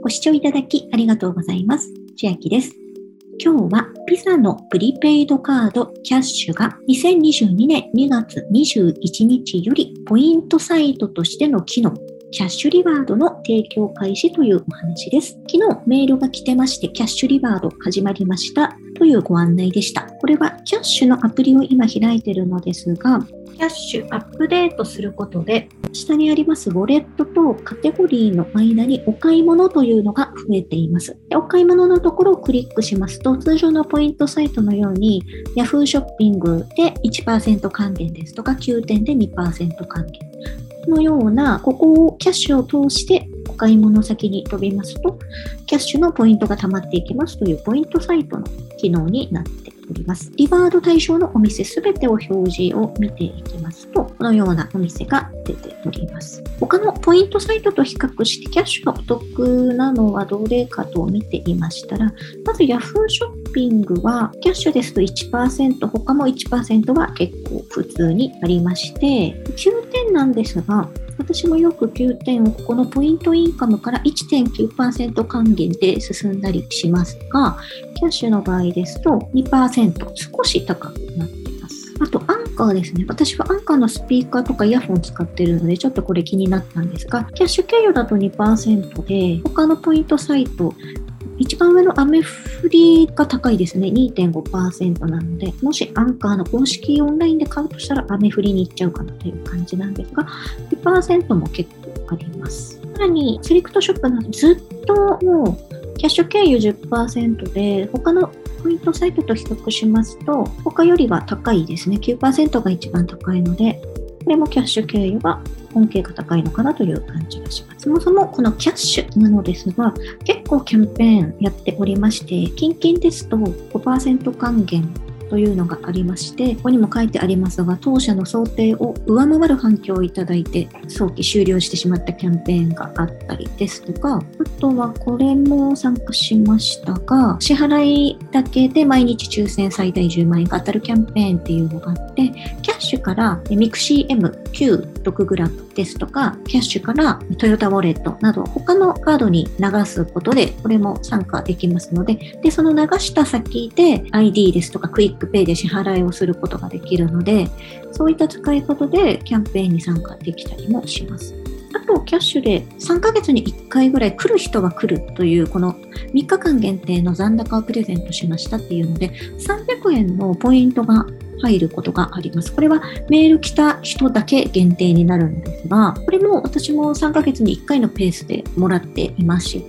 ご視聴いただきありがとうございます。千秋です。今日はビザのプリペイドカードキャッシュが2022年2月21日よりポイントサイトとしての機能、キャッシュリワードの提供開始というお話です。昨日メールが来てまして、キャッシュリワード始まりましたというご案内でした。これはキャッシュのアプリを今開いているのですが、キャッシュアップデートすることで、下にありますウォレットとカテゴリーの間にお買い物というのが増えています。で、お買い物のところをクリックしますと、通常のポイントサイトのように Yahoo ショッピングで 1% 還元ですとか、9点で 2% 還元のような、ここをキャッシュを通してお買い物先に飛びますと、キャッシュのポイントが溜まっていきますというポイントサイトの機能になっております。リワード対象のお店すべてを表示を見ていきますと、このようなお店が出ております。他のポイントサイトと比較してキャッシュがお得なのはどれかと見ていましたら、まず Yahoo ショッピングはキャッシュですと 1%、他も 1% は結構普通にありまして、9点なんですが、私もよく9点をここのポイントインカムから 1.9% 還元で進んだりしますが、キャッシュの場合ですと 2% 少し高くなっています。あとアンカーですね。私はアンカーのスピーカーとかイヤホン使っているのでちょっとこれ気になったんですが、キャッシュ経由だと 2% で、他のポイントサイト一番上のアメフリが高いですね。 2.5% なので、もしアンカーの公式オンラインで買うとしたらアメフリに行っちゃうかなという感じなんですが、2% も結構あります。さらにセレクトショップのずっともうキャッシュ経由 10% で、他のポイントサイトと比較しますと他よりは高いですね。 9% が一番高いので、これもキャッシュ経由は恩恵が高いのかなという感じがします。そもそもこのキャッシュなのですが、結構キャンペーンやっておりまして、近々ですと 5% 還元というのがありまして、ここにも書いてありますが、当社の想定を上回る反響をいただいて早期終了してしまったキャンペーンがあったりですとか、あとはこれも参加しましたが、支払いだけで毎日抽選最大10万円が当たるキャンペーンっていうのがあって、キャッシュからミクシー M9 ですとか、キャッシュからトヨタウォレットなど他のカードに流すことでこれも参加できますので、その流した先で ID ですとかクイックペイで支払いをすることができるので、そういった使い方でキャンペーンに参加できたりもします。あとキャッシュで3ヶ月に1回ぐらい来る人は来るというこの3日間限定の残高をプレゼントしましたっていうので、300円のポイントが入ることがあります。これはメール来た人だけ限定になるんですが、これも私も3ヶ月に1回のペースでもらっていまして、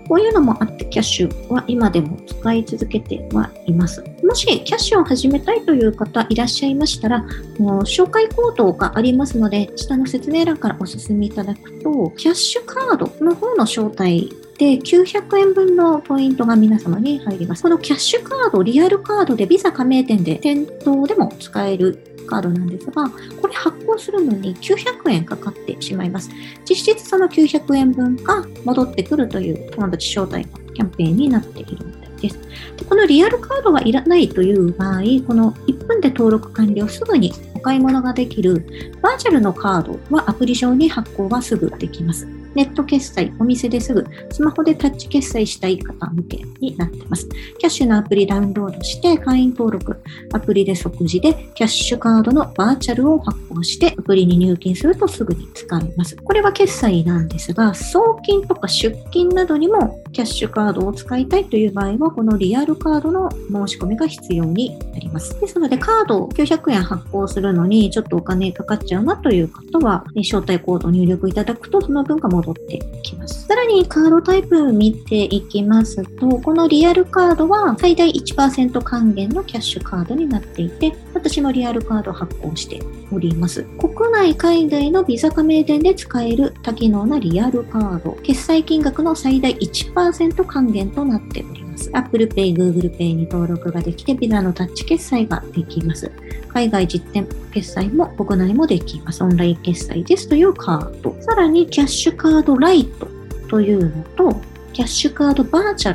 こういうのもあってキャッシュは今でも使い続けてはいます。もしキャッシュを始めたいという方いらっしゃいましたら、紹介コードがありますので、下の説明欄からお進みいただくと、キャッシュカードの方の招待で900円分のポイントが皆様に入ります。このキャッシュカード、リアルカードでビザ加盟店で店頭でも使えるカードなんですが、これ発行するのに900円かかってしまいます。実質その900円分が戻ってくるという友達招待のキャンペーンになっているみたいです。で、このリアルカードがいらないという場合、この1分で登録完了すぐにお買い物ができるバーチャルのカードはアプリ上に発行がすぐできます。ネット決済、お店ですぐスマホでタッチ決済したい方向けになっています。キャッシュのアプリダウンロードして会員登録、アプリで即時でキャッシュカードのバーチャルを発行してアプリに入金するとすぐに使えます。これは決済なんですが、送金とか出金などにもキャッシュカードを使いたいという場合は、このリアルカードの申し込みが必要になります。ですので、カードを900円発行するのにちょっとお金かかっちゃうなという方は、招待コードを入力いただくとその分が戻ってきます。さらにカードタイプを見ていきますと、このリアルカードは最大 1% 還元のキャッシュカードになっていて、私もリアルカードを発行しております。国内海外のビザ加盟店で使える多機能なリアルカード、決済金額の最大 1% 還元となっております。Apple Pay、Google Pay に登録ができて、ビザのタッチ決済ができます。海外実店決済も国内もできます。オンライン決済ですというカード。さらにキャッシュカードライトというのと、キャッシュカードバーチャル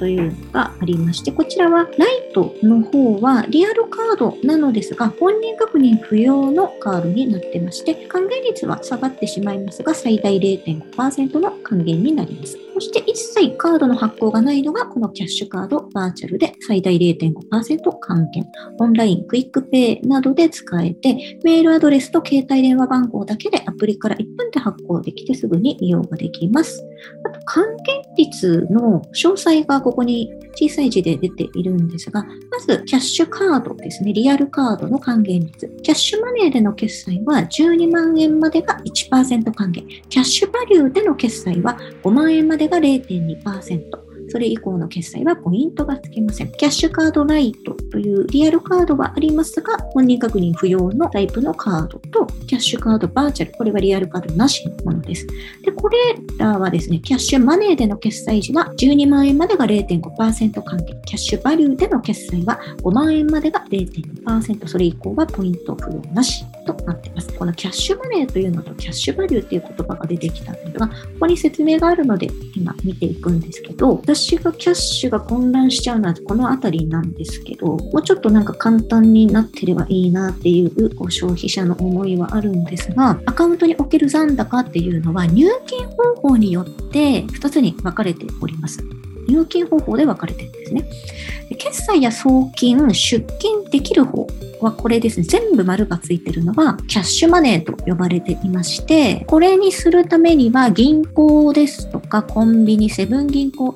というのがありまして、こちらはライトの方はリアルカードなのですが、本人確認不要のカードになってまして、還元率は下がってしまいますが、最大 0.5% の還元になります。そして一切カードの発行がないのがこのキャッシュカードバーチャルで最大 0.5% 還元。オンライン、クイックペイなどで使えて、メールアドレスと携帯電話番号だけでアプリから1分で発行できてすぐに利用ができます。あと還元率の詳細がここに小さい字で出ているんですが、まずキャッシュカードですね、リアルカードの還元率。キャッシュマネーでの決済は12万円までが 1% 還元。キャッシュバリューでの決済は5万円までが 0.2%。それ以降の決済はポイントがつきません。キャッシュカードライトというリアルカードはありますが、本人確認不要のタイプのカードと、キャッシュカードバーチャル、これはリアルカードなしのものです。で、これらはですね、キャッシュマネーでの決済時は12万円までが 0.5% 還元。キャッシュバリューでの決済は5万円までが 0.2%。それ以降はポイント不要なしとなっています。このキャッシュマネーというのとキャッシュバリューという言葉が出てきたんですが、ここに説明があるので今見ていくんですけど、私がキャッシュが混乱しちゃうのはこのあたりなんですけど、もうちょっとなんか簡単になってればいいなっていう消費者の思いはあるんですが、アカウントにおける残高っていうのは入金方法によって2つに分かれております。入金方法で分かれてるんですね。決済や送金、出金できる方はこれですね。全部丸がついてるのはキャッシュマネーと呼ばれていまして、これにするためには銀行ですとかコンビニ、セブン銀行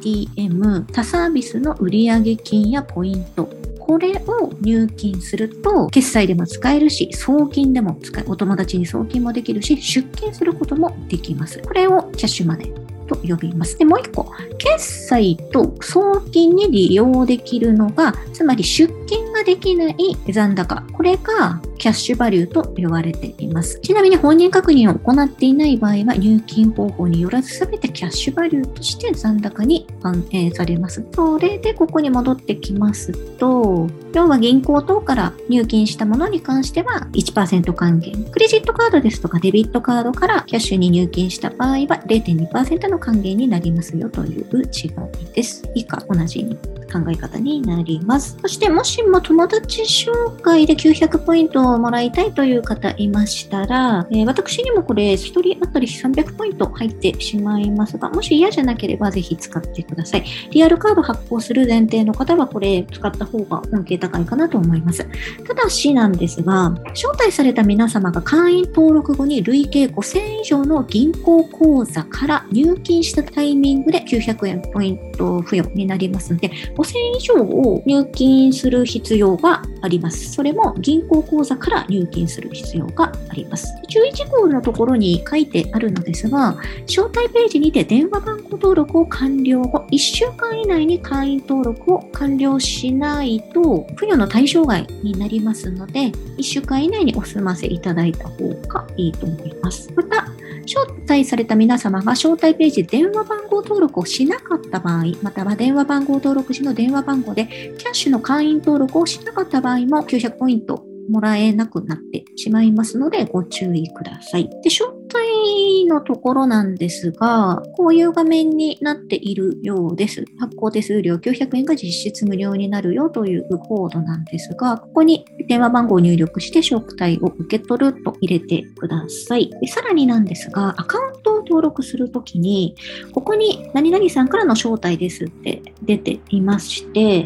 ATM、他サービスの売上金やポイント、これを入金すると決済でも使えるし、送金でも使え、お友達に送金もできるし、出金することもできます。これをキャッシュマネーと呼びます。で、もう一個、決済と送金に利用できるのが、つまり出金ができない残高。これがキャッシュバリューと呼ばれています。ちなみに本人確認を行っていない場合は、入金方法によらずすべてキャッシュバリューとして残高に反映されます。それでここに戻ってきますと、要は銀行等から入金したものに関しては 1% 還元。クレジットカードですとかデビットカードからキャッシュに入金した場合は 0.2% の還元になりますよという違いです。以下同じ考え方になります。そしてもしも友達紹介で900ポイントをもらいたいという方いましたら、私にもこれ1人当たり300ポイント入ってしまいますが、もし嫌じゃなければぜひ使ってください。リアルカード発行する前提の方はこれ使った方が恩恵高いかなと思います。ただしなんですが、招待された皆様が会員登録後に累計5000円以上の銀行口座から入金したタイミングで900円ポイント付与になりますので、5000円以上を入金する必要があります。それも銀行口座から入金する必要があります。注意事項のところに書いてあるのですが、招待ページにて電話番号登録を完了後、1週間以内に会員登録を完了しないと、付与の対象外になりますので、1週間以内にお済ませいただいた方がいいと思います。また、招待された皆様が招待ページで電話番号登録をしなかった場合、または電話番号登録時の電話番号でキャッシュの会員登録をしなかった場合も900ポイントもらえなくなってしまいますのでご注意ください。で、招待のところなんですが、こういう画面になっているようです。発行手数料900円が実質無料になるよというコードなんですが、ここに電話番号を入力して招待を受け取ると入れてください。で、さらになんですが、アカウントを登録するときに、ここに何々さんからの招待ですって出ていまして、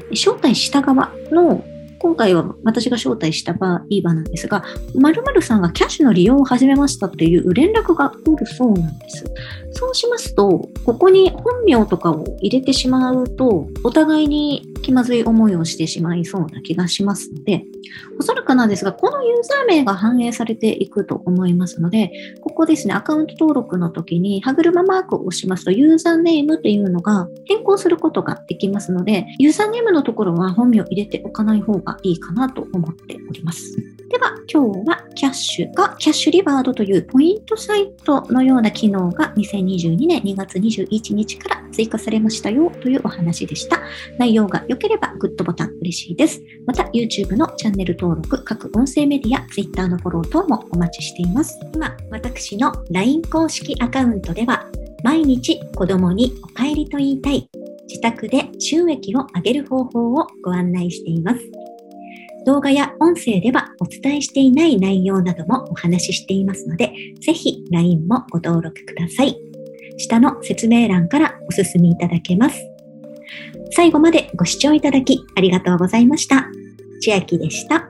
招待した側の今回は私が招待した場なんですが、〇〇さんがキャッシュの利用を始めましたっていう連絡が来るそうなんです。そうしますと、ここに本名とかを入れてしまうと、お互いに気まずい思いをしてしまいそうな気がしますので、おそらくなんですが、このユーザー名が反映されていくと思いますので、ここですね、アカウント登録の時に歯車マークを押しますと、ユーザーネームというのが変更することができますので、ユーザーネームのところは本名を入れておかない方がいいかなと思っております。では、今日はキャッシュがキャッシュリワードというポイントサイトのような機能が2022年2月21日から追加されましたよというお話でした。内容が良ければグッドボタン嬉しいです。また YouTube のチャンネル登録、各音声メディア、Twitter のフォロー等もお待ちしています。今、私の LINE 公式アカウントでは毎日子供にお帰りと言いたい、 自宅で収益を上げる方法をご案内しています。動画や音声ではお伝えしていない内容などもお話ししていますので、ぜひ LINE もご登録ください。下の説明欄からお進みいただけます。最後までご視聴いただきありがとうございました。千秋でした。